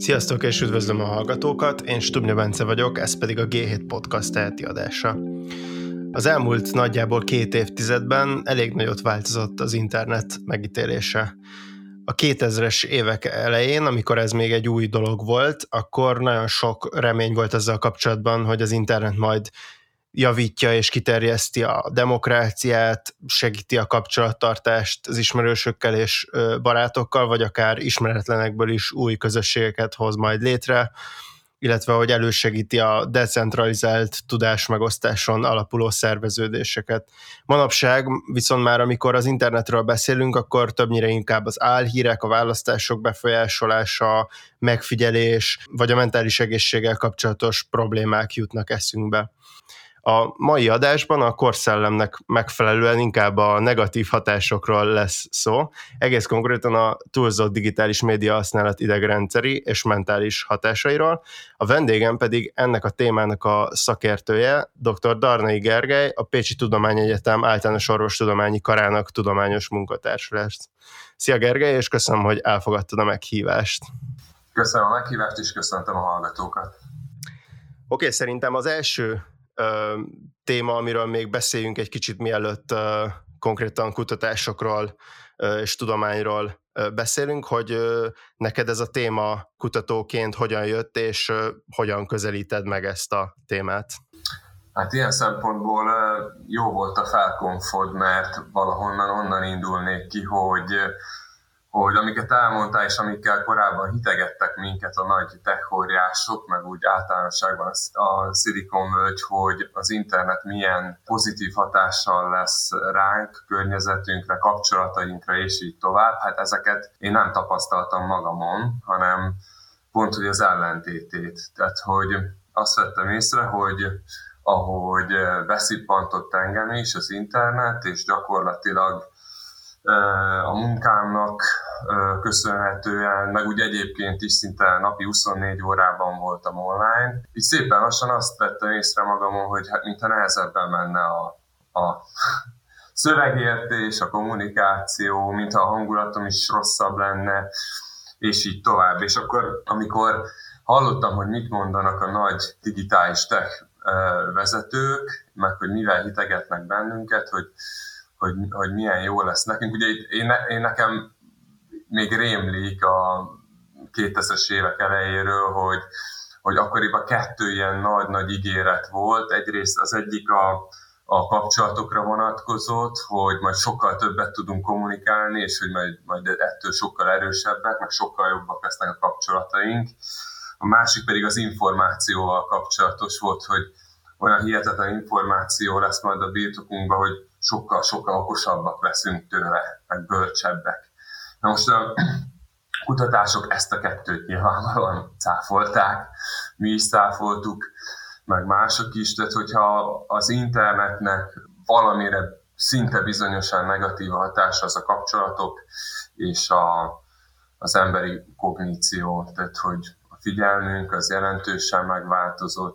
Sziasztok, és üdvözlöm a hallgatókat, én Stubnya Bence vagyok, ez pedig a G7 Podcast teheti adása. Az elmúlt nagyjából 2 évtizedben elég nagyot változott az internet megítélése. A 2000-es évek elején, amikor ez még egy új dolog volt, akkor nagyon sok remény volt ezzel kapcsolatban, hogy az internet majd javítja és kiterjeszti a demokráciát, segíti a kapcsolattartást az ismerősökkel és barátokkal, vagy akár ismeretlenekből is új közösségeket hoz majd létre, illetve hogy elősegíti a decentralizált tudásmegosztáson alapuló szerveződéseket. Manapság viszont már, amikor az internetről beszélünk, akkor többnyire inkább az álhírek, a választások befolyásolása, megfigyelés, vagy a mentális egészséggel kapcsolatos problémák jutnak eszünkbe. A mai adásban a korszellemnek megfelelően inkább a negatív hatásokról lesz szó, egész konkrétan a túlzott digitális média használat idegrendszeri és mentális hatásairól. A vendégem pedig ennek a témának a szakértője, dr. Darnai Gergely, a Pécsi Tudományegyetem Általános Orvostudományi Karának tudományos munkatársa lesz. Szia Gergely, és köszönöm, hogy elfogadtad a meghívást. Köszönöm a meghívást, és köszöntöm a hallgatókat. Oké, szerintem az első téma, amiről még beszéljünk egy kicsit, mielőtt konkrétan kutatásokról és tudományról beszélünk, hogy neked ez a téma kutatóként hogyan jött, és hogyan közelíted meg ezt a témát? Hát ilyen szempontból jó volt a felkonfod, mert valahonnan onnan indulnék ki, hogy amiket elmondtál, és amikkel korábban hitegettek minket a nagy tech-óriások, meg úgy általánosságban a szilikonvölgy, hogy az internet milyen pozitív hatással lesz ránk, környezetünkre, kapcsolatainkra, és így tovább. Hát ezeket én nem tapasztaltam magamon, hanem pont, hogy az ellentétét. Tehát, hogy azt vettem észre, hogy ahogy beszippantott engem is az internet, és gyakorlatilag a munkámnak köszönhetően, meg úgy egyébként is szinte napi 24 órában voltam online. Így szépen lassan azt vettem észre magamon, hogy hát mintha nehezebben menne a szövegértés, a kommunikáció, mintha a hangulatom is rosszabb lenne, és így tovább. És akkor, amikor hallottam, hogy mit mondanak a nagy digitális tech vezetők, meg hogy mivel hitegetnek bennünket, hogy milyen jó lesz nekünk. Ugye én nekem még rémlik a 2000-es évek elejéről, hogy akkoriban 2 ilyen nagy ígéret volt. Egyrészt az egyik a kapcsolatokra vonatkozott, hogy majd sokkal többet tudunk kommunikálni, és hogy majd ettől sokkal erősebbek, meg sokkal jobbak lesznek a kapcsolataink. A másik pedig az információval kapcsolatos volt, hogy olyan hihetetlen információ lesz majd a birtokunkban, hogy sokkal okosabbak leszünk tőle, meg bölcsebbek. Na most a kutatások ezt a 2-t nyilvánvalóan cáfolták, mi is cáfoltuk, meg mások is, tehát hogyha az internetnek valamire szinte bizonyosan negatív hatása az a kapcsolatok és az emberi kogníció, tehát hogy a figyelmünk az jelentősen megváltozott,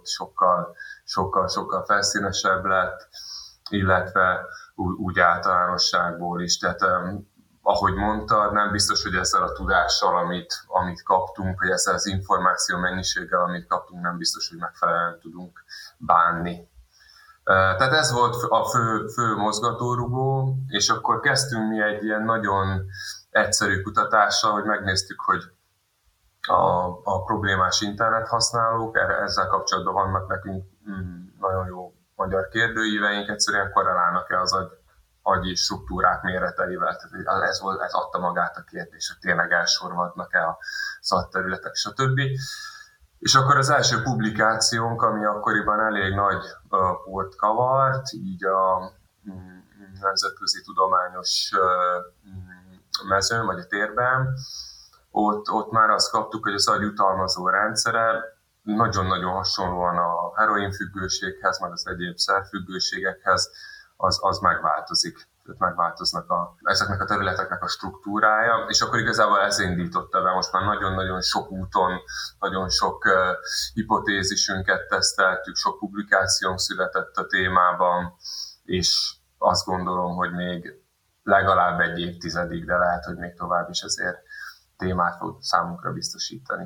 sokkal felszínesebb lett, illetve úgy általánosságból is. Tehát ahogy mondtad, nem biztos, hogy ezzel a tudással, amit kaptunk, vagy ezzel az információ mennyiséggel, amit kaptunk, nem biztos, hogy megfelelően tudunk bánni. Tehát ez volt a fő mozgatórugó, és akkor kezdtünk mi egy ilyen nagyon egyszerű kutatással, hogy megnéztük, hogy a problémás internethasználók, ezzel kapcsolatban vannak nekünk nagyon jó magyar kérdőíveink, egyszerűen korrelálnak-e az agyi struktúrák méreteivel, tehát ez adta magát a kérdés, hogy tényleg elsorvadnak-e a szatterületek, stb. És akkor az első publikációnk, ami akkoriban elég nagy port kavart, így a nemzetközi tudományos mezőn, vagy a térben, ott már azt kaptuk, hogy az agy jutalmazó rendszere nagyon-nagyon hasonlóan a heroinfüggőséghez, meg az egyéb szerfüggőségekhez, az megváltozik. Tehát megváltoznak ezeknek a területeknek a struktúrája, és akkor igazából ez indította be. Most már nagyon-nagyon sok úton, nagyon sok hipotézisünket teszteltük, sok publikációnk született a témában, és azt gondolom, hogy még legalább egy évtizedig, de lehet, hogy még tovább is ezért témát fog számunkra biztosítani.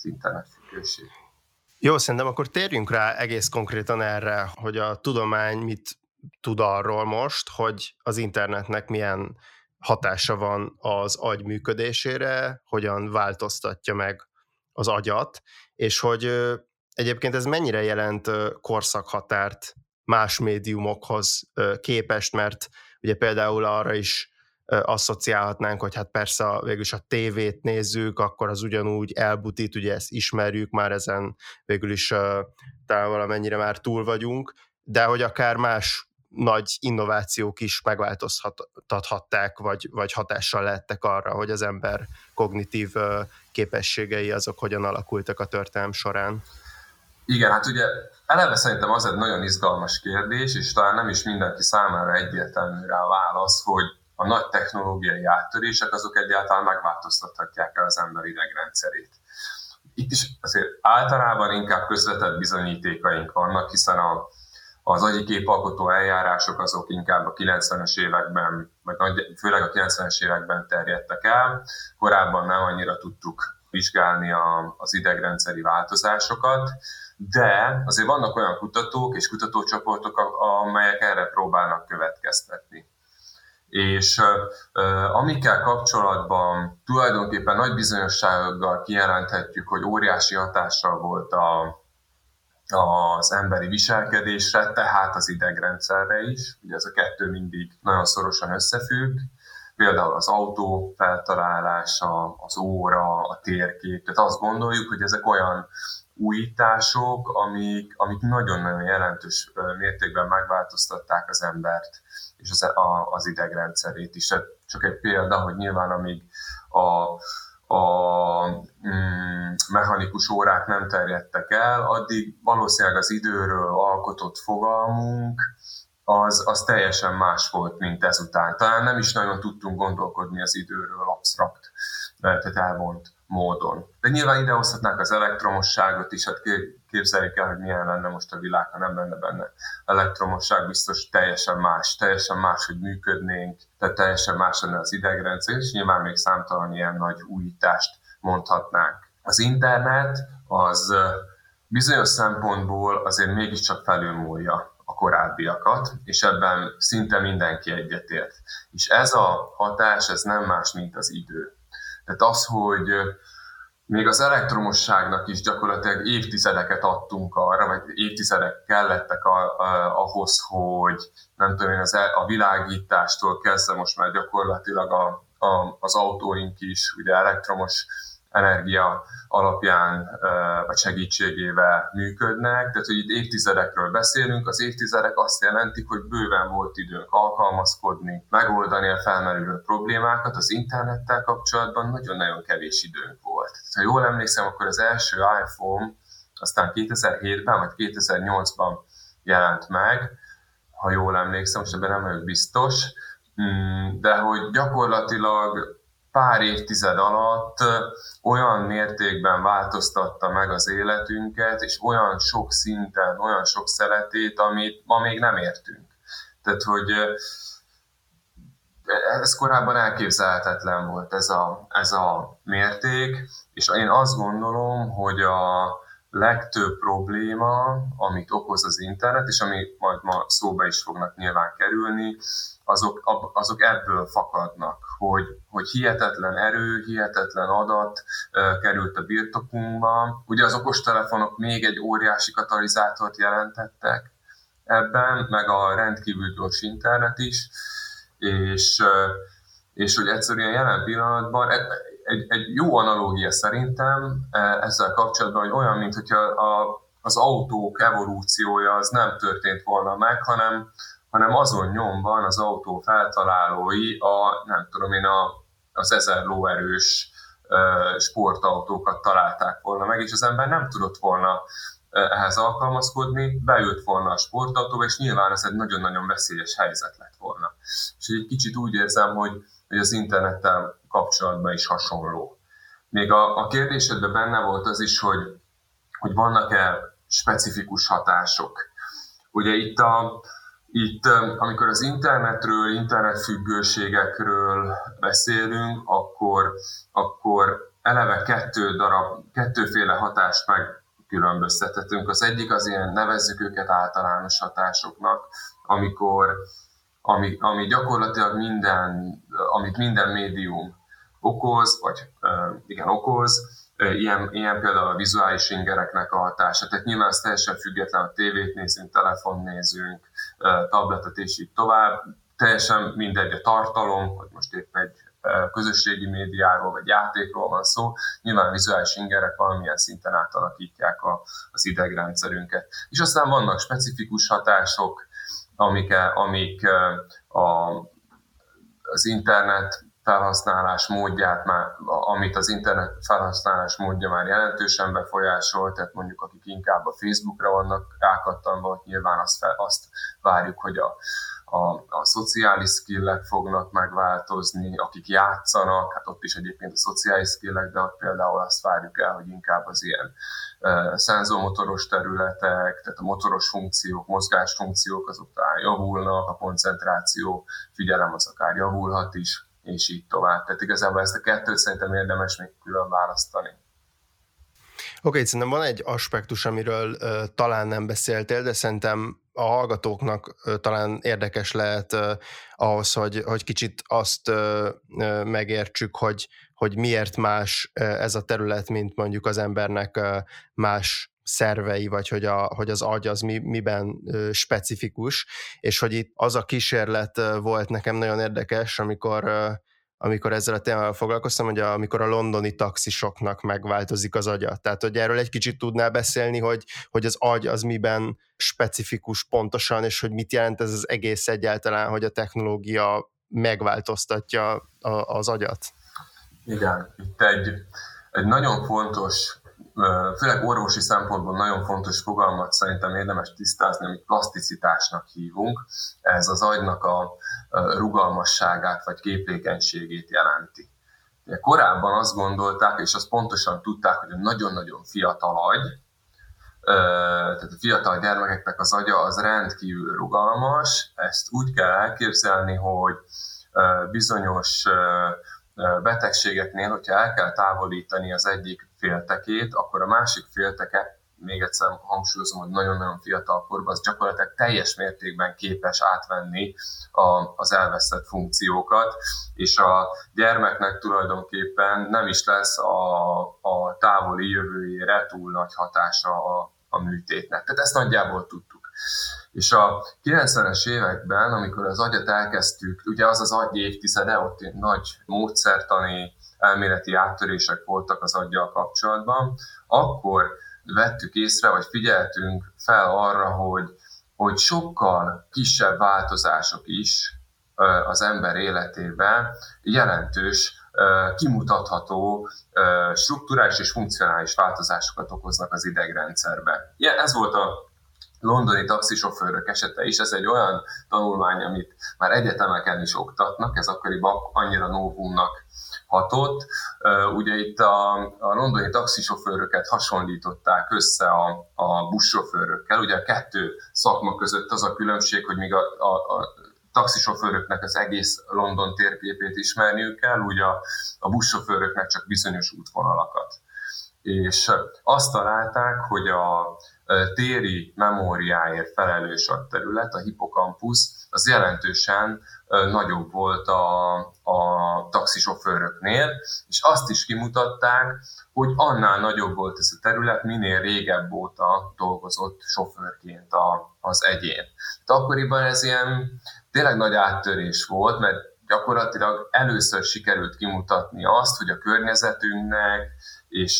az internetfüggőség. Jó, szerintem akkor térjünk rá egész konkrétan erre, hogy a tudomány mit tud arról most, hogy az internetnek milyen hatása van az agy működésére, hogyan változtatja meg az agyat, és hogy egyébként ez mennyire jelent korszakhatárt más médiumokhoz képest, mert ugye például arra is asszociálhatnánk, hogy hát persze végülis a tévét nézzük, akkor az ugyanúgy elbutít, ugye ezt ismerjük, már ezen végül is talán valamennyire már túl vagyunk, de hogy akár más nagy innovációk is megváltoztathatták, vagy hatással lettek arra, hogy az ember kognitív képességei azok hogyan alakultak a történelem során. Igen, hát ugye eleve szerintem az egy nagyon izgalmas kérdés, és talán nem is mindenki számára egyértelmű rá a válasz, hogy a nagy technológiai áttörések azok egyáltalán megváltoztathatják-e az ember idegrendszerét. Itt is azért általában inkább közvetett bizonyítékaink vannak, hiszen az agyi képalkotó eljárások azok inkább a 90-es években, vagy főleg a 90-es években terjedtek el. Korábban nem annyira tudtuk vizsgálni az idegrendszeri változásokat, de azért vannak olyan kutatók és kutatócsoportok, amelyek erre próbálnak következtetni. És amikkel kapcsolatban tulajdonképpen nagy bizonyossággal kijelenthetjük, hogy óriási hatással volt az emberi viselkedésre, tehát az idegrendszerre is. Ugye ez a kettő mindig nagyon szorosan összefügg. Például az autó feltalálása, az óra, a térkép. Tehát azt gondoljuk, hogy ezek olyan újítások, amik nagyon-nagyon jelentős mértékben megváltoztatták az embert és az idegrendszerét is. Csak egy példa, hogy nyilván amíg a mechanikus órák nem terjedtek el, addig valószínűleg az időről alkotott fogalmunk az teljesen más volt, mint ezután. Talán nem is nagyon tudtunk gondolkodni az időről absztrakt, tehát elvont módon. De nyilván idehozhatnánk az elektromosságot is, hát képzeljük el, hogy milyen lenne most a világ, ha nem lenne benne elektromosság, biztos teljesen más, hogy működnénk, tehát teljesen más lenne az idegrendszer, és nyilván még számtalan ilyen nagy újítást mondhatnánk. Az internet az bizonyos szempontból azért mégiscsak felülmúlja a korábbiakat, és ebben szinte mindenki egyetért. És ez a hatás, ez nem más, mint az idő. Tehát az, hogy még az elektromosságnak is gyakorlatilag évtizedeket adtunk arra, vagy évtizedek kellettek ahhoz, hogy nem tudom én, a világítástól kezdve most már gyakorlatilag az autóink is ugye elektromos energia alapján vagy segítségével működnek. Tehát, hogy itt évtizedekről beszélünk, az évtizedek azt jelentik, hogy bőven volt időnk alkalmazkodni, megoldani a felmerülő problémákat. Az internettel kapcsolatban nagyon-nagyon kevés időnk volt. Ha jól emlékszem, akkor az első iPhone aztán 2007-ben vagy 2008-ban jelent meg, ha jól emlékszem, most ebben nem vagyok biztos, de hogy gyakorlatilag pár évtized alatt olyan mértékben változtatta meg az életünket, és olyan sok szinten, olyan sok szeletét, amit ma még nem értünk. Tehát, hogy ez korábban elképzelhetetlen volt ez a mérték, és én azt gondolom, hogy a legtöbb probléma, amit okoz az internet, és ami majd ma szóba is fognak nyilván kerülni, azok ebből fakadnak, hogy hihetetlen erő, hihetetlen adat került a birtokunkba. Ugye az okostelefonok még egy óriási katalizátort jelentettek ebben, meg a rendkívül gyors internet is, és hogy egyszerűen jelen pillanatban egy jó analógia szerintem ezzel kapcsolatban, hogy olyan, mint hogyha az autók evolúciója az nem történt volna meg, hanem azon nyomban az autó feltalálói az 1000 lóerős sportautókat találták volna meg, és az ember nem tudott volna ehhez alkalmazkodni, beült volna a sportautóba, és nyilván ez egy nagyon-nagyon veszélyes helyzet lett volna. És egy kicsit úgy érzem, hogy az internettel kapcsolatban is hasonló. Még a kérdésedben benne volt az is, hogy vannak-e specifikus hatások. Ugye itt, amikor az internetről, internetfüggőségekről beszélünk, akkor eleve kettőféle hatást megkülönböztethetünk. Az egyik az ilyen, nevezzük őket általános hatásoknak, ami gyakorlatilag amit minden médium okoz, okoz, ilyen például a vizuális ingereknek a hatása. Tehát nyilván ez teljesen független, a tévét nézünk, telefon nézünk, tabletet és így tovább. Teljesen mindegy a tartalom, hogy most épp egy közösségi médiáról vagy játékról van szó. Nyilván a vizuális ingerek valamilyen szinten átalakítják az idegrendszerünket. És aztán vannak specifikus hatások, amik az internet felhasználás módját amit az internet felhasználás módja már jelentősen befolyásol, tehát mondjuk akik inkább a Facebookra vannak rákattanva, nyilván azt várjuk, hogy a szociális skillek fognak megváltozni, akik játszanak, hát ott is egyébként a szociális skillek, de ott például azt várjuk el, hogy inkább az ilyen szenzormotoros területek, tehát a motoros funkciók, mozgásfunkciók azok talán javulnak, a koncentráció, figyelem az akár javulhat is, és így tovább. Tehát igazából ezt a kettőt szerintem érdemes még külön választani. Oké, szerintem van egy aspektus, amiről talán nem beszéltél, de szerintem a hallgatóknak talán érdekes lehet ahhoz, hogy kicsit azt megértsük, hogy miért más ez a terület, mint mondjuk az embernek más szervei, vagy hogy az agy az miben specifikus, és hogy itt az a kísérlet volt nekem nagyon érdekes, amikor ezzel a témával foglalkoztam, hogy amikor a londoni taxisoknak megváltozik az agya. Tehát, hogy erről egy kicsit tudnál beszélni, hogy az agy az miben specifikus pontosan, és hogy mit jelent ez az egész egyáltalán, hogy a technológia megváltoztatja az agyat? Igen, itt egy nagyon fontos, főleg orvosi szempontból nagyon fontos fogalmat szerintem érdemes tisztázni, amit plaszticitásnak hívunk. Ez az agynak a rugalmasságát vagy képlékenységét jelenti. Korábban azt gondolták, és azt pontosan tudták, hogy a nagyon-nagyon fiatal agy, tehát a fiatal gyermekeknek az agya az rendkívül rugalmas. Ezt úgy kell elképzelni, hogy bizonyos betegségeknél, hogyha el kell távolítani az egyik féltekét, akkor a másik félteke, még egyszer hangsúlyozom, hogy nagyon-nagyon fiatal korban, az gyakorlatilag teljes mértékben képes átvenni az elvesztett funkciókat, és a gyermeknek tulajdonképpen nem is lesz a távoli jövőjére túl nagy hatása a műtétnek. Tehát ezt nagyjából tudtuk. És a 90-es években, amikor az agyat elkezdtük, ugye az agy évtizede, ott nagy módszertani, elméleti áttörések voltak az aggyal kapcsolatban, akkor vettük észre, vagy figyeltünk fel arra, hogy sokkal kisebb változások is az ember életében jelentős, kimutatható strukturális és funkcionális változásokat okoznak az idegrendszerben. Ez volt a londoni taxisofőrök esete is, ez egy olyan tanulmány, amit már egyetemeken is oktatnak, ez akkoriban annyira novumnak hatott. Ugye itt a londoni taxisofőröket hasonlították össze a buszsofőrökkel. Ugye a kettő szakma között az a különbség, hogy míg a taxisofőröknek az egész London térképét ismerniük kell, ugye a buszsofőröknek csak bizonyos útvonalakat. És azt találták, hogy a téri memóriáért felelős agyterület, a hippokampusz, az jelentősen nagyobb volt a taxisofőröknél, és azt is kimutatták, hogy annál nagyobb volt ez a terület, minél régebb óta dolgozott sofőrként az egyén. Akkoriban ez ilyen tényleg nagy áttörés volt, mert gyakorlatilag először sikerült kimutatni azt, hogy a környezetünknek és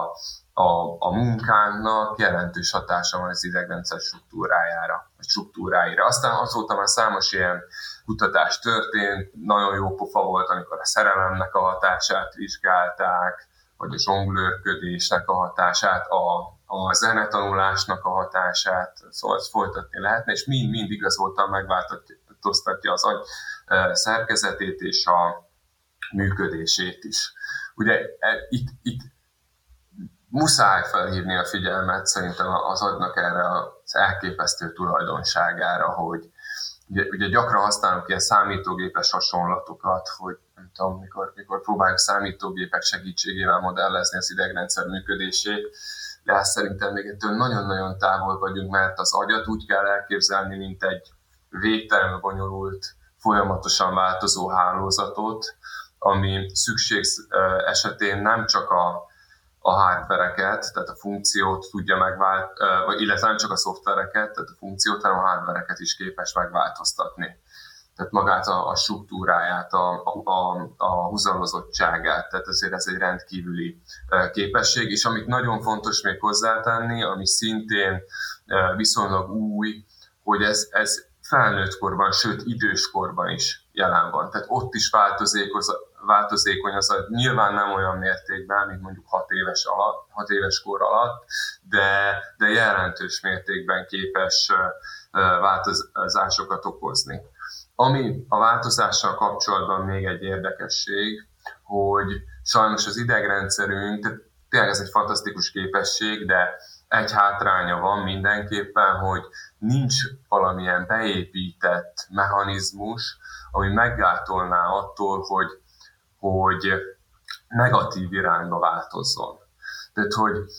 a munkánknak jelentős hatása van az idegrendszer struktúráira. Aztán azóta már számos ilyen kutatás történt, nagyon jó pofa volt, amikor a szerelemnek a hatását vizsgálták, vagy a zsonglőrködésnek a hatását, a zenetanulásnak a hatását, szóval ezt folytatni lehetne, és mind igazoltan megváltoztatja az agy szerkezetét és a működését is. Ugye itt muszáj felhívni a figyelmet szerintem az agynak erre az elképesztő tulajdonságára, ugye gyakran használunk ilyen számítógépes hasonlatokat, hogy nem tudom, mikor próbáljuk számítógépek segítségével modellezni az idegrendszer működését, de hát szerintem még ettől nagyon-nagyon távol vagyunk, mert az agyat úgy kell elképzelni, mint egy végtelenül bonyolult, folyamatosan változó hálózatot, ami szükség esetén nem csak a hardvereket, tehát a funkciót tudja illetve nem csak a szoftvereket, tehát a funkciót, hanem a hardvereket is képes megváltoztatni. Tehát magát a struktúráját, a húzamozottságát, tehát ezért ez egy rendkívüli képesség, és amit nagyon fontos még hozzátenni, ami szintén viszonylag új, hogy ez felnőtt korban, sőt időskorban is jelen van. Tehát ott is változékony az agy, nyilván nem olyan mértékben, mint mondjuk 6 éves kor alatt, de jelentős mértékben képes változásokat okozni. Ami a változással kapcsolatban még egy érdekesség, hogy sajnos az idegrendszerünk, tehát tényleg ez egy fantasztikus képesség, de egy hátránya van mindenképpen, hogy nincs valamilyen beépített mechanizmus, ami meggátolná attól, hogy negatív irányba változzon. Tehát,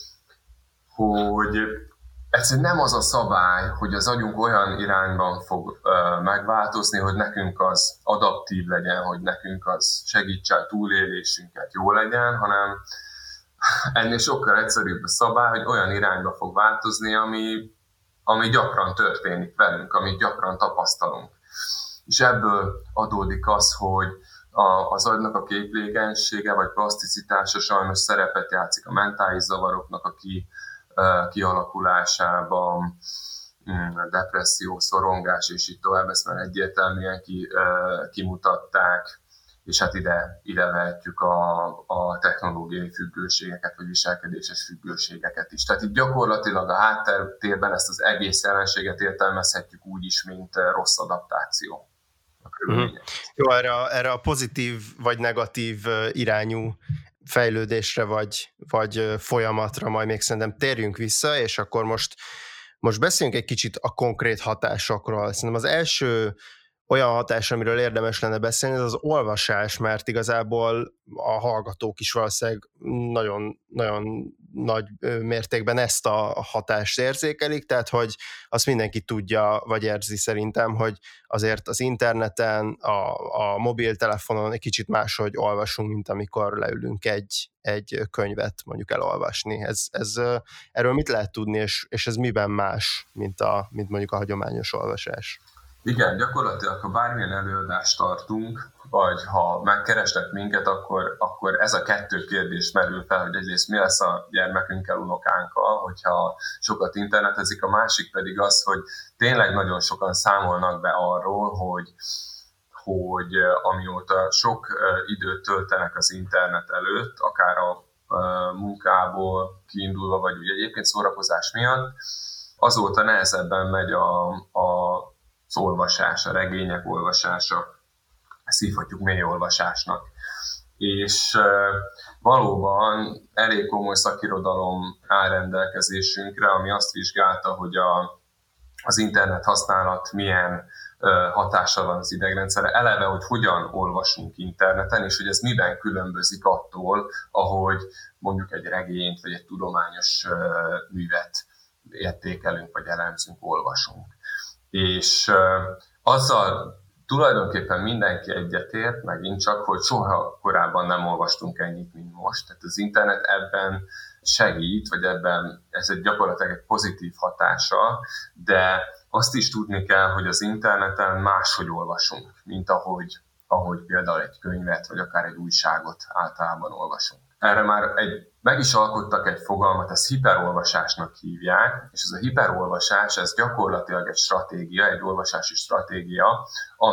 hogy egyszerűen nem az a szabály, hogy az agyunk olyan irányban fog megváltozni, hogy nekünk az adaptív legyen, hogy nekünk az segítse a túlélésünket, jó legyen, hanem ennél sokkal egyszerűbb a szabály, hogy olyan irányba fog változni, ami gyakran történik velünk, amit gyakran tapasztalunk. És ebből adódik az, hogy az agynak a képlékenysége vagy plaszticitása sajnos szerepet játszik a mentális zavaroknak a kialakulásában, depresszió, szorongás, és így tovább, ezt már egyértelműen kimutatták, és hát ide vehetjük a technológiai függőségeket, vagy viselkedéses függőségeket is. Tehát itt gyakorlatilag a háttérben ezt az egész jelenséget értelmezhetjük úgy is, mint rossz adaptáció. Jó, erre a pozitív vagy negatív irányú fejlődésre vagy folyamatra majd még szerintem térjünk vissza, és akkor most beszéljünk egy kicsit a konkrét hatásokról. Szerintem az első olyan hatás, amiről érdemes lenne beszélni, ez az olvasás, mert igazából a hallgatók is valószínűleg nagyon, nagyon nagy mértékben ezt a hatást érzékelik, tehát hogy azt mindenki tudja, vagy érzi szerintem, hogy azért az interneten, a mobiltelefonon egy kicsit máshogy olvasunk, mint amikor leülünk egy könyvet mondjuk elolvasni. Erről mit lehet tudni, és ez miben más, mint mondjuk a hagyományos olvasás? Igen, gyakorlatilag, ha bármilyen előadást tartunk, vagy ha megkerestek minket, akkor ez a kettő kérdés merül fel, hogy egyrészt mi lesz a gyermekünkkel, unokánkkal, hogyha sokat internetezik, a másik pedig az, hogy tényleg nagyon sokan számolnak be arról, hogy amióta sok időt töltenek az internet előtt, akár a munkából kiindulva, vagy ugye egyébként szórakozás miatt, azóta nehezebben megy az olvasás, a regények olvasása, ezt hívhatjuk mély olvasásnak. És valóban elég komoly szakirodalom áll rendelkezésünkre, ami azt vizsgálta, hogy az internet használat milyen hatással van az idegrendszerre, eleve, hogy hogyan olvasunk interneten, és hogy ez miben különbözik attól, ahogy mondjuk egy regényt, vagy egy tudományos művet értékelünk, vagy elemzünk, olvasunk. És azzal tulajdonképpen mindenki egyetért, megint csak, hogy soha korábban nem olvastunk ennyit, mint most. Tehát az internet ebben segít, vagy ebben ez egy gyakorlatilag egy pozitív hatása, de azt is tudni kell, hogy az interneten máshogy olvasunk, mint ahogy például egy könyvet, vagy akár egy újságot általában olvasunk. Erre már meg is alkottak egy fogalmat, ezt hiperolvasásnak hívják, és ez a hiperolvasás, ez gyakorlatilag egy stratégia, egy olvasási stratégia,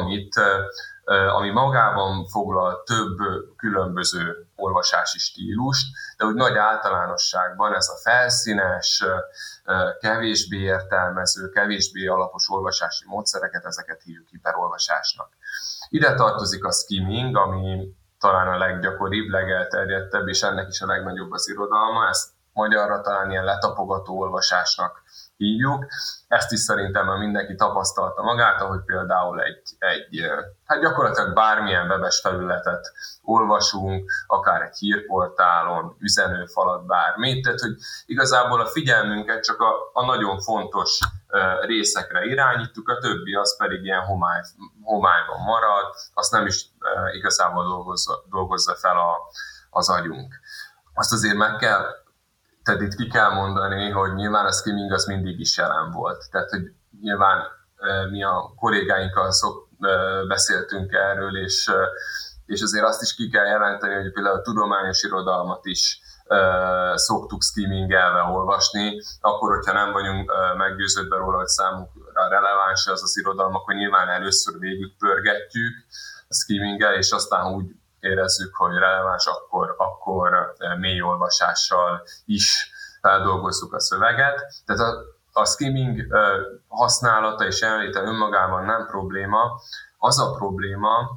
ami magában foglal több különböző olvasási stílust, de úgy nagy általánosságban ez a felszínes, kevésbé értelmező, kevésbé alapos olvasási módszereket, ezeket hívjuk hiperolvasásnak. Ide tartozik a skimming, ami talán a leggyakoribb, legelterjedtebb, és ennek is a legnagyobb az irodalma. Ezt magyarra talán ilyen letapogató olvasásnak hívjuk. Ezt is szerintem már mindenki tapasztalta magát, ahogy például hát gyakorlatilag bármilyen webes felületet olvasunk, akár egy hírportálon, üzenőfalat, bármit, tehát hogy igazából a figyelmünket csak a nagyon fontos részekre irányítjuk, a többi az pedig ilyen homályban marad, azt nem is igazából dolgozza fel az agyunk. Azt azért tehát itt ki kell mondani, hogy nyilván a skimming az mindig is jelen volt. Tehát, hogy nyilván mi a kollégáinkkal beszéltünk erről, és azért azt is ki kell jelenteni, hogy például a tudományos irodalmat is szoktuk skimmingelve olvasni, akkor, hogyha nem vagyunk meggyőződve róla, hogy számunkra releváns az az irodalom, akkor nyilván először végigpörgetjük a skimminggel, és aztán úgy érezzük, hogy releváns, akkor mély olvasással is feldolgozzuk a szöveget. Tehát a skimming használata és jelenléte önmagában nem probléma. Az a probléma,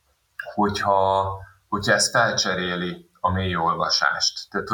hogyha ez felcseréli a mély olvasást. Tehát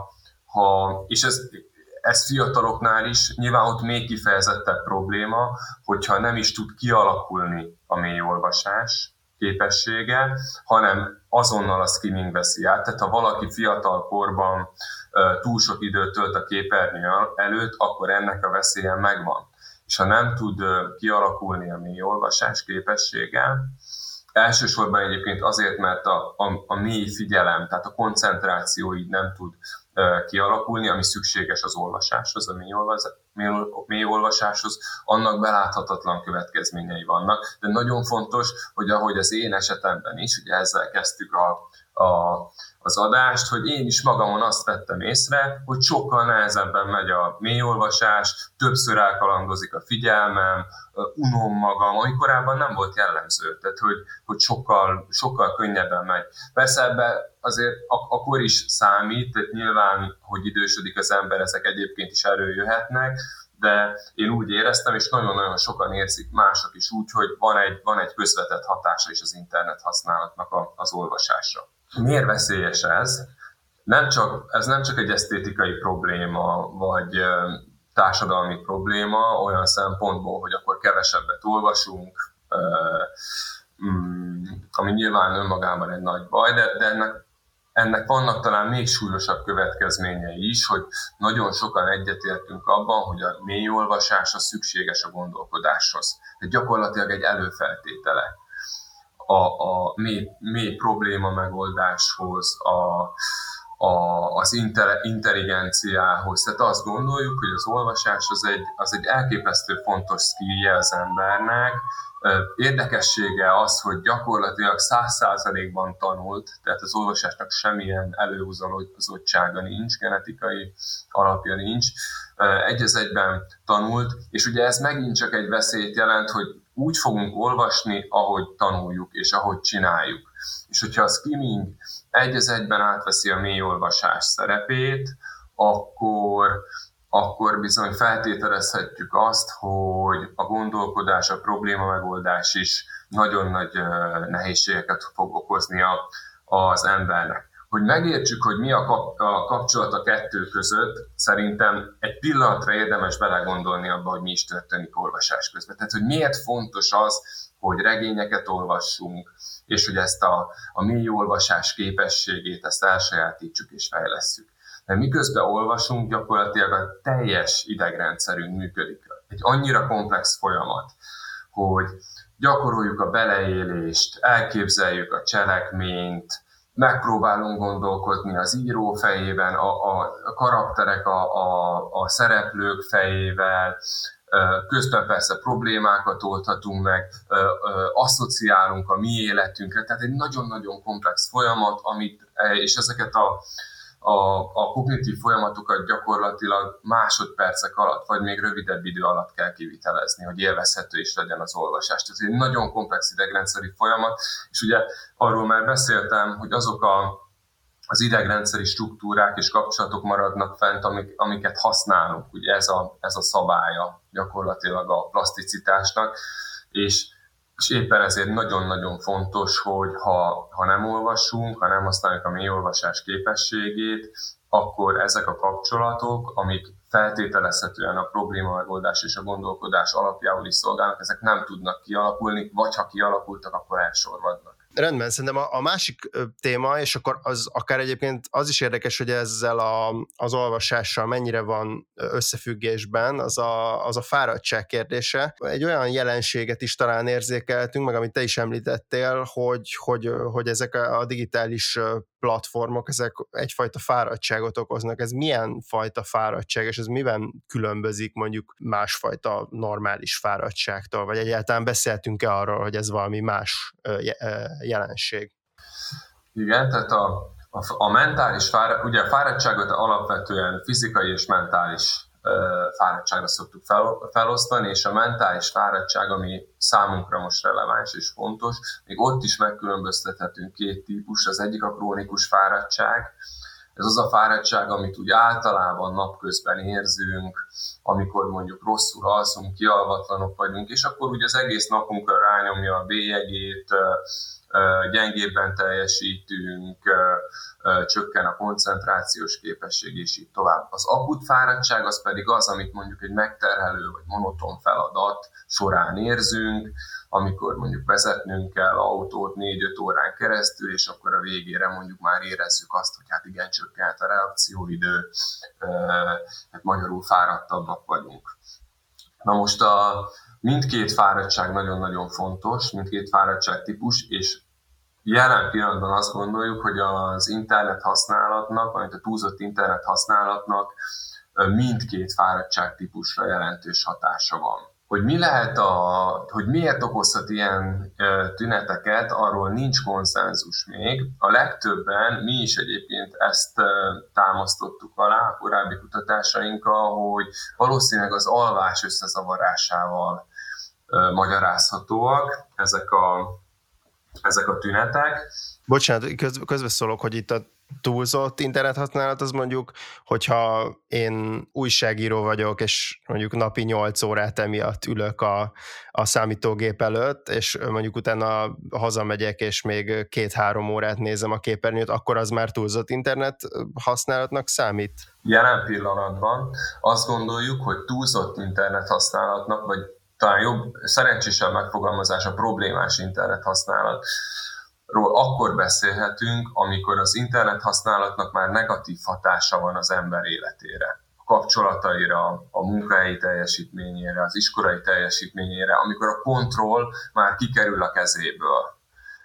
és ez fiataloknál is, nyilván ott még kifejezettebb probléma, hogyha nem is tud kialakulni a mély olvasás képessége, hanem azonnal a skimming veszi át. Tehát ha valaki fiatal korban túl sok időt tölt a képernyő előtt, akkor ennek a veszélye megvan. És ha nem tud kialakulni a mély olvasás képessége, elsősorban egyébként azért, mert a mély figyelem, tehát a koncentráció így nem tud kialakulni, ami szükséges az olvasáshoz, a mély olvasáshoz, annak beláthatatlan következményei vannak. De nagyon fontos, hogy ahogy az én esetemben is, ugye ezzel kezdtük az adást, hogy én is magamon azt vettem észre, hogy sokkal nehezebben megy a mélyolvasás, többször elkalandozik a figyelmem, unom magam, ami korábban nem volt jellemző, tehát hogy sokkal könnyebben megy. Persze ebben azért a kor is számít, tehát nyilván, hogy idősödik az ember, ezek egyébként is előjöhetnek, de én úgy éreztem, és nagyon-nagyon sokan érzik mások is úgy, hogy van egy közvetett hatása is az internet használatnak az olvasásra. Miért veszélyes ez? Ez nem csak egy esztétikai probléma, vagy társadalmi probléma, olyan szempontból, hogy akkor kevesebbet olvasunk, ami nyilván önmagában egy nagy baj, de ennek vannak talán még súlyosabb következményei is, hogy nagyon sokan egyetértünk abban, hogy a mély olvasás az szükséges a gondolkodáshoz. De gyakorlatilag egy előfeltétele a mély probléma megoldáshoz, az intelligenciához. Tehát azt gondoljuk, hogy az olvasás az egy elképesztő fontos skillje az embernek. Érdekessége az, hogy gyakorlatilag 100%-ban tanult, tehát az olvasásnak semmilyen előhúzottsága nincs, genetikai alapja nincs, egy az egyben tanult, és ugye ez megint csak egy veszélyt jelent, hogy úgy fogunk olvasni, ahogy tanuljuk és ahogy csináljuk. És hogyha a skimming egy az egyben átveszi a mély olvasás szerepét, akkor bizony feltételezhetjük azt, hogy a gondolkodás, a probléma megoldás is nagyon nagy nehézségeket fog okozni az embernek. Hogy megértsük, hogy mi a kapcsolat a kettő között, szerintem egy pillanatra érdemes belegondolni abba, hogy mi is történik olvasás közben. Tehát, hogy miért fontos az, hogy regényeket olvassunk, és hogy ezt a mély olvasás képességét ezt elsajátítsuk és fejlesszük. Mert miközben olvasunk, gyakorlatilag a teljes idegrendszerünk működik. Egy annyira komplex folyamat, hogy gyakoroljuk a beleélést, elképzeljük a cselekményt, megpróbálunk gondolkodni az író fejében, a karakterek, a szereplők fejével, közben persze problémákat oldhatunk meg, asszociálunk a mi életünkre, tehát egy nagyon-nagyon komplex folyamat, és ezeket a kognitív folyamatokat gyakorlatilag másodpercek alatt, vagy még rövidebb idő alatt kell kivitelezni, hogy élvezhető is legyen az olvasás. Tehát egy nagyon komplex idegrendszeri folyamat, és ugye arról már beszéltem, hogy azok az idegrendszeri struktúrák és kapcsolatok maradnak fent, amiket használunk. Ugye ez a szabálya gyakorlatilag a plaszticitásnak, és éppen ezért nagyon-nagyon fontos, hogy ha nem olvasunk, ha nem használjuk a mély olvasás képességét, akkor ezek a kapcsolatok, amik feltételezhetően a probléma megoldás és a gondolkodás alapjául is szolgálnak, ezek nem tudnak kialakulni, vagy ha kialakultak, akkor elsorvadnak. Rendben, szerintem a másik téma, és akkor az akár egyébként az is érdekes, hogy ezzel az olvasással mennyire van összefüggésben, az a fáradtság kérdése. Egy olyan jelenséget is talán érzékeltünk, meg amit te is említettél, hogy ezek a digitális platformok, ezek egyfajta fáradtságot okoznak. Ez milyen fajta fáradtság, és ez miben különbözik mondjuk másfajta normális fáradtságtól, vagy egyáltalán beszéltünk-e arról, hogy ez valami más jelenség? Igen, tehát a mentális ugye a fáradtságot alapvetően fizikai és mentális fáradtságra szoktuk felosztani, és a mentális fáradtság, ami számunkra most releváns és fontos, még ott is megkülönböztethetünk két típus. Az egyik a krónikus fáradtság. Ez az a fáradtság, amit úgy általában napközben érzünk, amikor mondjuk rosszul alszunk, kialvatlanok vagyunk, és akkor ugye az egész napunkra rányomja a bélyegét, gyengébben teljesítünk, csökken a koncentrációs képesség, és így tovább. Az akut fáradtság az pedig az, amit mondjuk egy megterhelő vagy monoton feladat során érzünk, amikor mondjuk vezetnünk kell autót 4-5 órán keresztül, és akkor a végére mondjuk már érezzük azt, hogy hát igen, csökkent a reakcióidő, hát magyarul fáradtabbak vagyunk. Na most mindkét fáradtság nagyon-nagyon fontos, mindkét fáradtság típus, és jelen pillanatban azt gondoljuk, hogy az internet használatnak, vagy a túlzott internet használatnak mindkét fáradtság típusra jelentős hatása van. Hogy mi lehet hogy miért okozhat ilyen tüneteket, arról nincs konszenzus még. A legtöbben, mi is egyébként ezt támasztottuk alá a korábbi kutatásainkkal, hogy valószínűleg az alvás összezavarásával magyarázhatóak ezek a tünetek. Bocsánat, közbeszólok, hogy itt a túlzott internethasználat az mondjuk, hogyha én újságíró vagyok, és mondjuk napi 8 órát emiatt ülök a számítógép előtt, és mondjuk utána hazamegyek, és még 2-3 órát nézem a képernyőt, akkor az már túlzott internet használatnak számít? Jelen pillanatban azt gondoljuk, hogy túlzott internet használatnak, vagy talán jobb, szerencsésebb megfogalmazás a problémás internet használat, akkor beszélhetünk, amikor az internet használatnak már negatív hatása van az ember életére, a kapcsolataira, a munkahelyi teljesítményére, az iskolai teljesítményére, amikor a kontroll már kikerül a kezéből.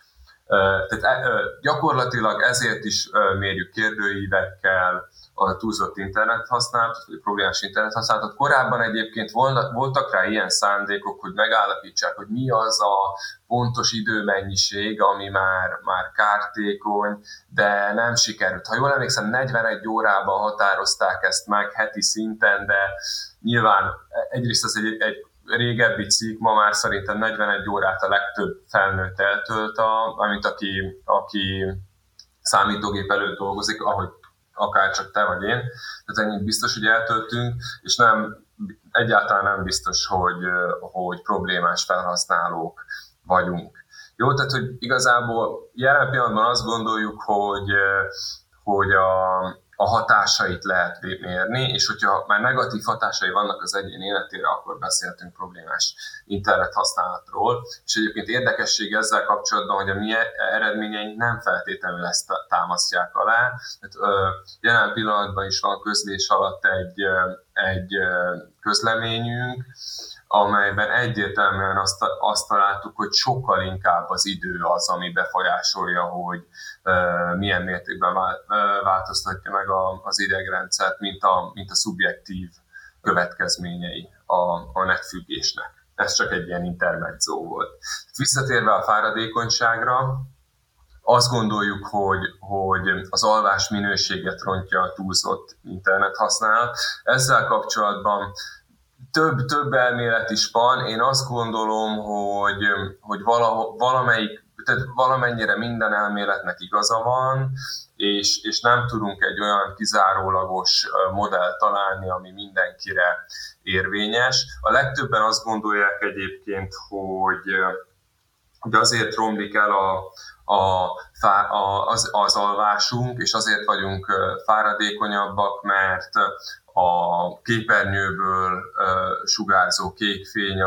Tehát gyakorlatilag ezért is mérjük kérdőívekkel a túlzott internethasználatot, vagy problémás internethasználatot. Korábban egyébként voltak rá ilyen szándékok, hogy megállapítsák, hogy mi az a pontos időmennyiség, ami már kártékony, de nem sikerült. Ha jól emlékszem, 41 órában határozták ezt meg heti szinten, de nyilván egyrészt ez egy régebbi cikk, ma már szerintem 41 órát a legtöbb felnőtt eltölt, amit aki számítógép előtt dolgozik, ahogy akár csak te vagy én. Tehát ennyit biztos, hogy eltöltünk, és egyáltalán nem biztos, hogy problémás felhasználók vagyunk. Jó, tehát hogy igazából jelen pillanatban azt gondoljuk, hogy a hatásait lehet mérni, és hogyha már negatív hatásai vannak az egyén életére, akkor beszéltünk problémás internethasználatról. És egyébként érdekesség ezzel kapcsolatban, hogy a mi eredményeink nem feltétlenül ezt támasztják alá. Tehát, jelen pillanatban is van közlés alatt egy közleményünk, amelyben egyértelműen azt találtuk, hogy sokkal inkább az idő az, ami befolyásolja, hogy milyen mértékben változtatja meg az idegrendszert, mint a szubjektív következményei a netfüggésnek. Ez csak egy ilyen intermezzo volt. Visszatérve a fáradékonyságra, azt gondoljuk, hogy az alvás minőséget rontja a túlzott internethasználat. Ezzel kapcsolatban több elmélet is van. Én azt gondolom, hogy valamennyire minden elméletnek igaza van, és nem tudunk egy olyan kizárólagos modellt találni, ami mindenkire érvényes. A legtöbben azt gondolják egyébként, de azért romlik el az alvásunk, és azért vagyunk fáradékonyabbak, mert a képernyőből sugárzó kékfény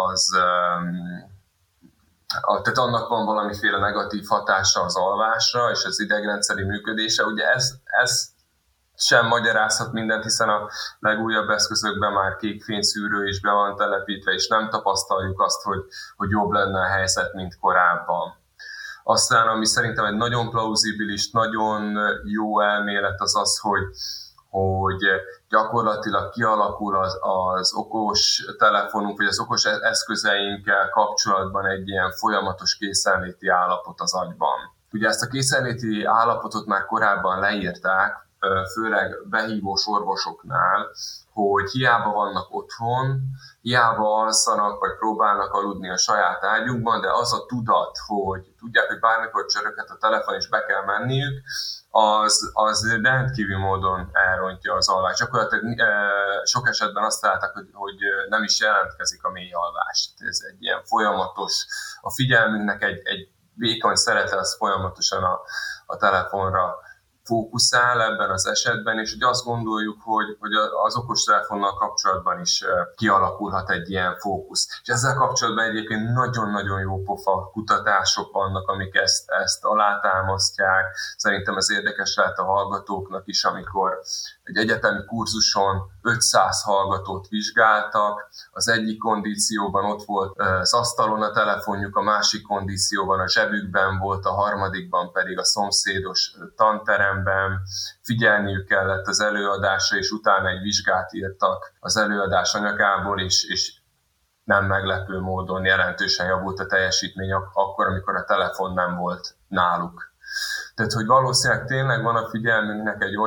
tehát annak van valamiféle negatív hatása az alvásra és az idegrendszeri működése. Ugye ez sem magyarázhat mindent, hiszen a legújabb eszközökben már kékfényszűrő is be van telepítve, és nem tapasztaljuk azt, hogy jobb lenne a helyzet, mint korábban. Aztán, ami szerintem egy nagyon plauzibilis, nagyon jó elmélet az, hogy gyakorlatilag kialakul az okos telefonunk, vagy az okos eszközeinkkel kapcsolatban egy ilyen folyamatos készenléti állapot az agyban. Ugye ezt a készenléti állapotot már korábban leírták, főleg behívós orvosoknál, hogy hiába vannak otthon, hiába alszanak, vagy próbálnak aludni a saját ágyukban, de az a tudat, hogy tudják, hogy bármikor csöröghet a telefon és be kell menniük, az rendkívül módon elrontja az alvást. Gyakorlatilag sok esetben azt találták, hogy nem is jelentkezik a mély alvás. Ez egy ilyen folyamatos, a figyelmünknek egy vékony szerete az folyamatosan a telefonra fókuszál ebben az esetben, és hogy azt gondoljuk, hogy az okostelefonnal kapcsolatban is kialakulhat egy ilyen fókusz. És ezzel kapcsolatban egyébként nagyon-nagyon jó pofa kutatások vannak, amik ezt alátámasztják. Szerintem ez érdekes lehet a hallgatóknak is, amikor egy egyetemi kurzuson 500 hallgatót vizsgáltak, az egyik kondícióban ott volt az asztalon a telefonjuk, a másik kondícióban a zsebükben volt, a harmadikban pedig a szomszédos tanteremben. Figyelniük kellett az előadásra, és utána egy vizsgát írtak az előadás anyagából, és nem meglepő módon jelentősen javult a teljesítmény akkor, amikor a telefon nem volt náluk. Tehát, hogy valószínűleg tényleg van a figyelmünknek egy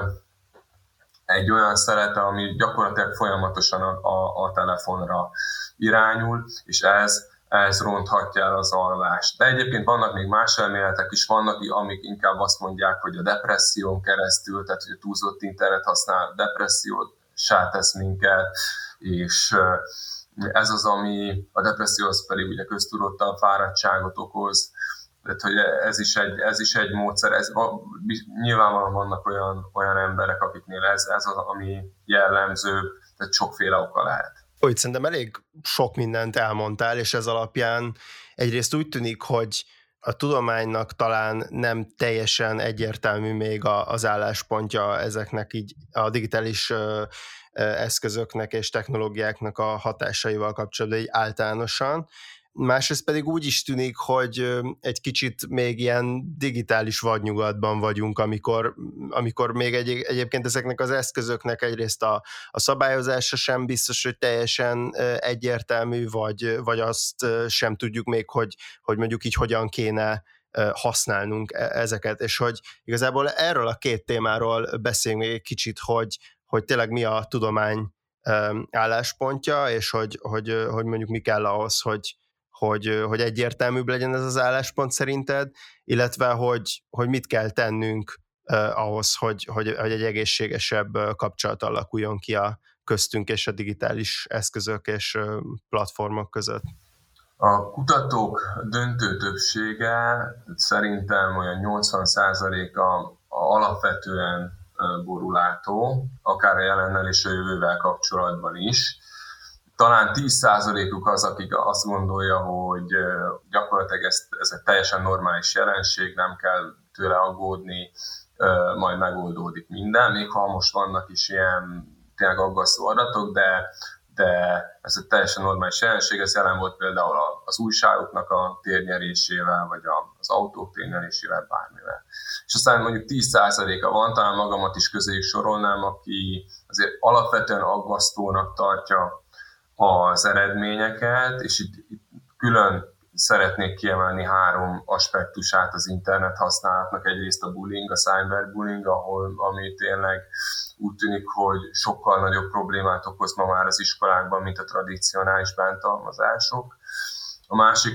olyan szerete, ami gyakorlatilag folyamatosan a telefonra irányul, és ez ronthatja el az alvást. De egyébként vannak még más elméletek is, vannak, amik inkább azt mondják, hogy a depresszión keresztül, tehát hogy a túlzott internet használ depressziósá tesz minket, és ez az, ami a depresszió az pedig ugye köztudottan fáradtságot okoz, tehát, hogy ez is egy módszer. Nyilvánvalóan vannak olyan emberek, akiknél ez az, ami jellemző, tehát sokféle oka lehet. Úgy szerintem elég sok mindent elmondtál, és ez alapján egyrészt úgy tűnik, hogy a tudománynak talán nem teljesen egyértelmű még az álláspontja ezeknek így a digitális eszközöknek és technológiáknak a hatásaival kapcsolatban így általánosan. Másrészt pedig úgy is tűnik, hogy egy kicsit még ilyen digitális vadnyugatban vagyunk, amikor még egyébként ezeknek az eszközöknek egyrészt a szabályozása sem biztos, hogy teljesen egyértelmű, vagy azt sem tudjuk még, hogy mondjuk így hogyan kéne használnunk ezeket, és hogy igazából erről a két témáról beszéljünk még egy kicsit, hogy tényleg mi a tudomány álláspontja, és hogy mondjuk mi kell ahhoz, hogy egyértelműbb legyen ez az álláspont szerinted, illetve hogy mit kell tennünk ahhoz, hogy egy egészségesebb kapcsolat alakuljon ki a köztünk és a digitális eszközök és platformok között. A kutatók döntő többsége, szerintem olyan 80%-a alapvetően borulátó, akár a jelennel és a jövővel kapcsolatban is. Talán 10%-uk az, akik azt gondolja, hogy gyakorlatilag ez egy teljesen normális jelenség, nem kell tőle aggódni, majd megoldódik minden, még ha most vannak is ilyen tényleg aggasztó adatok, de ez egy teljesen normális jelenség, ez jelen volt például az újságoknak a térnyerésével, vagy az autók térnyerésével, bármivel. És aztán mondjuk 10%-a van, talán magamat is közéjük sorolnám, aki azért alapvetően aggasztónak tartja az eredményeket, és itt külön szeretnék kiemelni 3 aspektusát az internet használatnak. Egyrészt a bullying, a cyberbullying, ami tényleg úgy tűnik, hogy sokkal nagyobb problémát okoz ma már az iskolákban, mint a tradicionális bántalmazások. A másik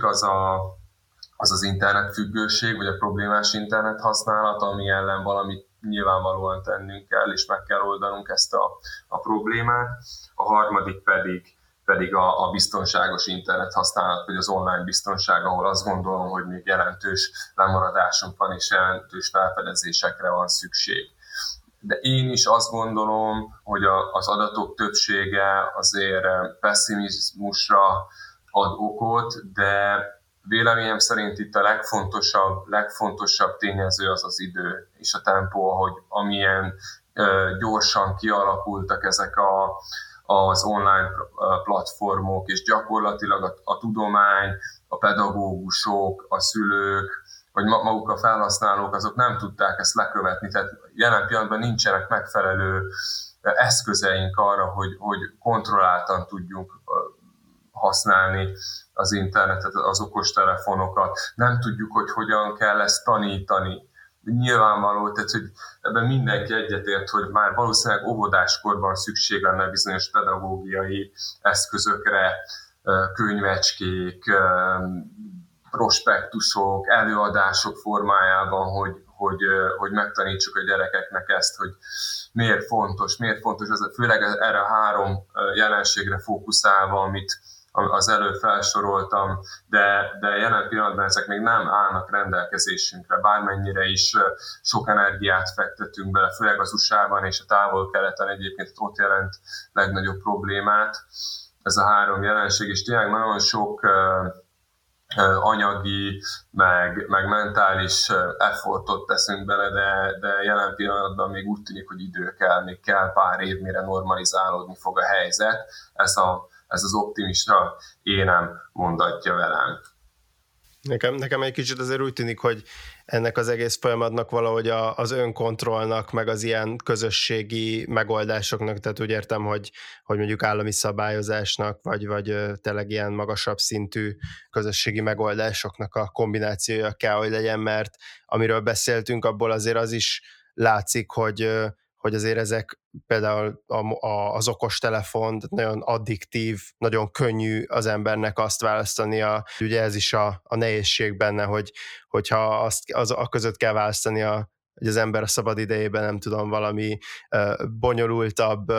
az internetfüggőség, vagy a problémás internet használat, ami ellen valamit nyilvánvalóan tennünk kell, és meg kell oldanunk ezt a problémát. A harmadik pedig pedig a biztonságos internet használat, vagy az online biztonság, ahol azt gondolom, hogy még jelentős lemaradásunk van, és jelentős felfedezésekre van szükség. De én is azt gondolom, hogy az adatok többsége azért pessimizmusra ad okot, de véleményem szerint itt a legfontosabb tényező az idő és a tempó, amilyen gyorsan kialakultak ezek az online platformok, és gyakorlatilag a tudomány, a pedagógusok, a szülők, vagy maguk a felhasználók, azok nem tudták ezt lekövetni. Tehát jelen pillanatban nincsenek megfelelő eszközeink arra, hogy kontrolláltan tudjunk használni az internetet, az okostelefonokat. Nem tudjuk, hogy hogyan kell ezt tanítani. Nyilvánvaló, tehát hogy ebben mindenki egyetért, hogy már valószínűleg óvodáskorban szükség lenne bizonyos pedagógiai eszközökre, könyvecskék, prospektusok, előadások formájában, hogy megtanítsuk a gyerekeknek ezt, hogy miért fontos, főleg erre a 3 jelenségre fókuszálva, amit az előbb felsoroltam, de jelen pillanatban ezek még nem állnak rendelkezésünkre, bármennyire is sok energiát fektetünk bele, főleg az USA-ban és a Távol-Keleten egyébként ott jelent legnagyobb problémát ez a 3 jelenség, és tényleg nagyon sok anyagi, meg mentális effortot teszünk bele, de jelen pillanatban még úgy tűnik, hogy idő kell, még kell pár év, mire normalizálódni fog a helyzet. Ez az optimista énem mondatja velem. Nekem egy kicsit azért úgy tűnik, hogy ennek az egész folyamatnak valahogy az önkontrollnak, meg az ilyen közösségi megoldásoknak, tehát úgy értem, hogy mondjuk állami szabályozásnak, vagy tényleg ilyen magasabb szintű közösségi megoldásoknak a kombinációja kell, hogy legyen, mert amiről beszéltünk, abból azért az is látszik, hogy azért ezek például az okostelefon nagyon addiktív, nagyon könnyű az embernek azt választania. Ugye ez is a nehézség benne, hogyha a között kell választania, hogy az ember a szabad idejében, nem tudom, valami bonyolultabb,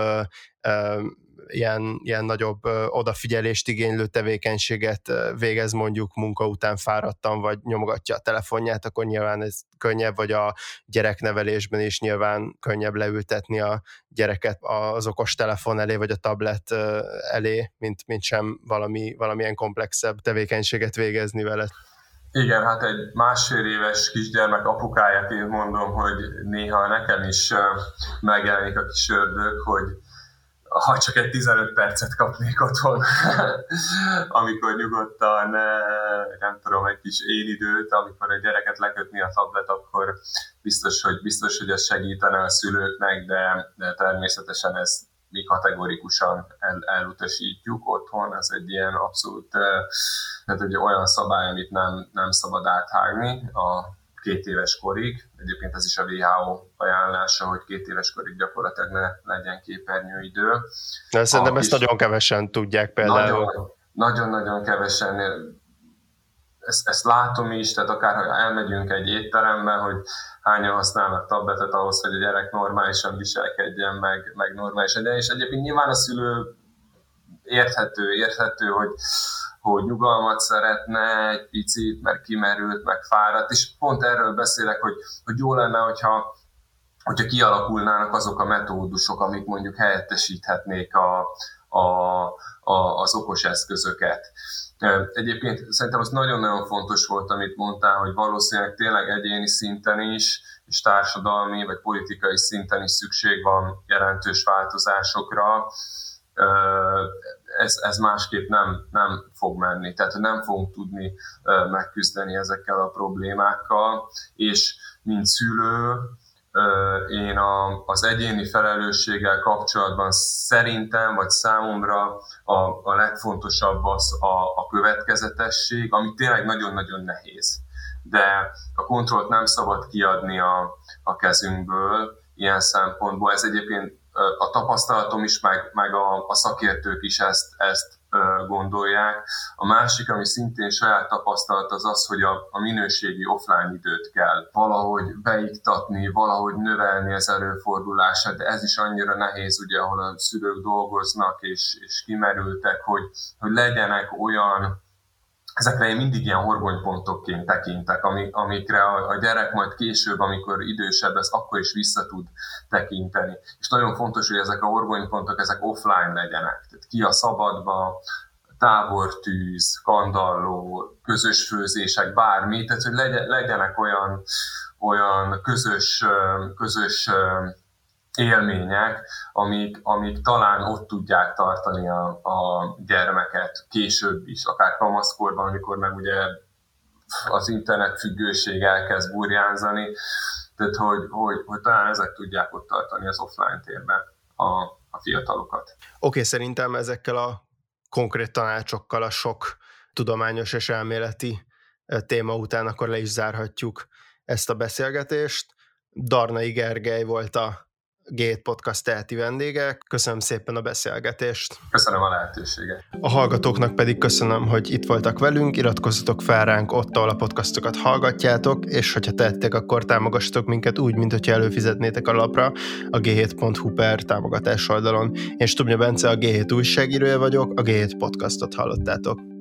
ilyen nagyobb odafigyelést igénylő tevékenységet végez, mondjuk munka után fáradtan, vagy nyomogatja a telefonját, akkor nyilván ez könnyebb, vagy a gyereknevelésben is nyilván könnyebb leültetni a gyereket az okos telefon elé, vagy a tablet elé, mint sem valamilyen komplexebb tevékenységet végezni vele. Igen, hát egy 1,5 éves kisgyermek apukájaként mondom, hogy néha nekem is megjelenik a kis ördög, hogy ha csak egy 15 percet kapnék otthon, amikor nyugodtan, nem tudom, egy kis énidőt, amikor a gyereket lekötni a tablet, akkor biztos, hogy ez segítene a szülőknek, de természetesen ez mi kategorikusan elutasítjuk otthon. Ez egy ilyen abszolút, tehát egy olyan szabály, amit nem szabad áthágni a 2 éves korig. Egyébként ez is a WHO ajánlása, hogy 2 éves korig gyakorlatilag ne legyen képernyőidő. De szerintem ezt nagyon kevesen tudják például. Nagyon-nagyon kevesen. Ezt látom is, tehát akár ha elmegyünk egy étterembe, hogy hányan használnak tabletet ahhoz, hogy a gyerek normálisan viselkedjen, meg normálisan. És egyébként nyilván a szülő érthető, hogy nyugalmat szeretne egy picit, mert kimerült, meg fáradt, és pont erről beszélek, hogy jó lenne, hogyha kialakulnának azok a metódusok, amik mondjuk helyettesíthetnék az okos eszközöket. Egyébként szerintem az nagyon-nagyon fontos volt, amit mondtál, hogy valószínűleg tényleg egyéni szinten is, és társadalmi vagy politikai szinten is szükség van jelentős változásokra. Ez másképp nem fog menni, tehát nem fogunk tudni megküzdeni ezekkel a problémákkal, és mint szülő, én az egyéni felelősséggel kapcsolatban szerintem, vagy számomra a legfontosabb az a következetesség, ami tényleg nagyon-nagyon nehéz. De a kontrollt nem szabad kiadni a kezünkből ilyen szempontból. Ez egyébként a tapasztalatom is, meg a szakértők is ezt gondolják. A másik, ami szintén saját tapasztalat, az az, hogy a minőségi offline időt kell valahogy beiktatni, valahogy növelni az előfordulását, de ez is annyira nehéz, ugye, ahol a szülők dolgoznak és kimerültek, hogy legyenek olyan, ezekre én mindig ilyen horgonypontokként tekintek, amikre a gyerek majd később, amikor idősebb lesz, akkor is vissza tud tekinteni. És nagyon fontos, hogy ezek a horgonypontok, ezek offline legyenek. Tehát ki a szabadba, tábortűz, kandalló, közös főzések, bármi, tehát hogy legyenek olyan közös élmények, amik talán ott tudják tartani a gyermeket később is, akár kamaszkorban, amikor meg ugye az internet függőség elkezd burjánzani, tehát hogy talán ezek tudják ott tartani az offline térben a fiatalokat. Oké, szerintem ezekkel a konkrét tanácsokkal a sok tudományos és elméleti téma után akkor le is zárhatjuk ezt a beszélgetést. Darnai Gergely volt a G7 Podcast teheti vendége. Köszönöm szépen a beszélgetést. Köszönöm a lehetőséget. A hallgatóknak pedig köszönöm, hogy itt voltak velünk, iratkozzatok fel ránk ott, ahol a podcastokat hallgatjátok, és hogyha tettek, akkor támogassatok minket úgy, mint hogyha előfizetnétek a lapra a g7.hu per támogatás oldalon. Én Stubnya Bence, a G7 újságírója vagyok, a G7 Podcastot hallottátok.